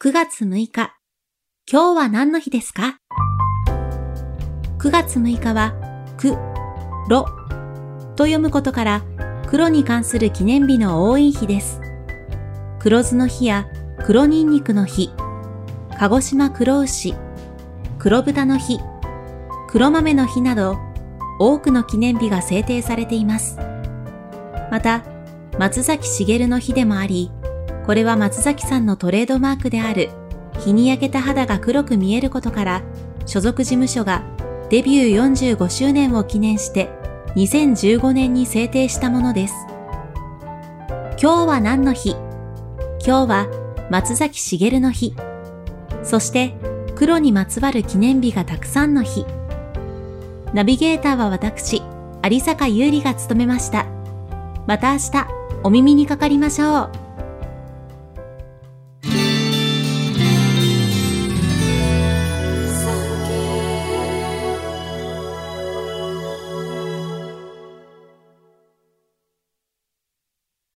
9月6日、今日は何の日ですか？ 9 月6日は、く、ろと読むことから、黒に関する記念日の多い日です。黒酢の日や黒ニンニクの日、鹿児島黒牛、黒豚の日、黒豆の日など、多くの記念日が制定されています。また、松崎しげるの日でもあり、これは松崎さんのトレードマークである日に焼けた肌が黒く見えることから、所属事務所がデビュー45周年を記念して2015年に制定したものです。今日は何の日？今日は松崎しげるの日。そして黒にまつわる記念日がたくさんの日。ナビゲーターは私、有坂優里が務めました。また明日お耳にかかりましょう。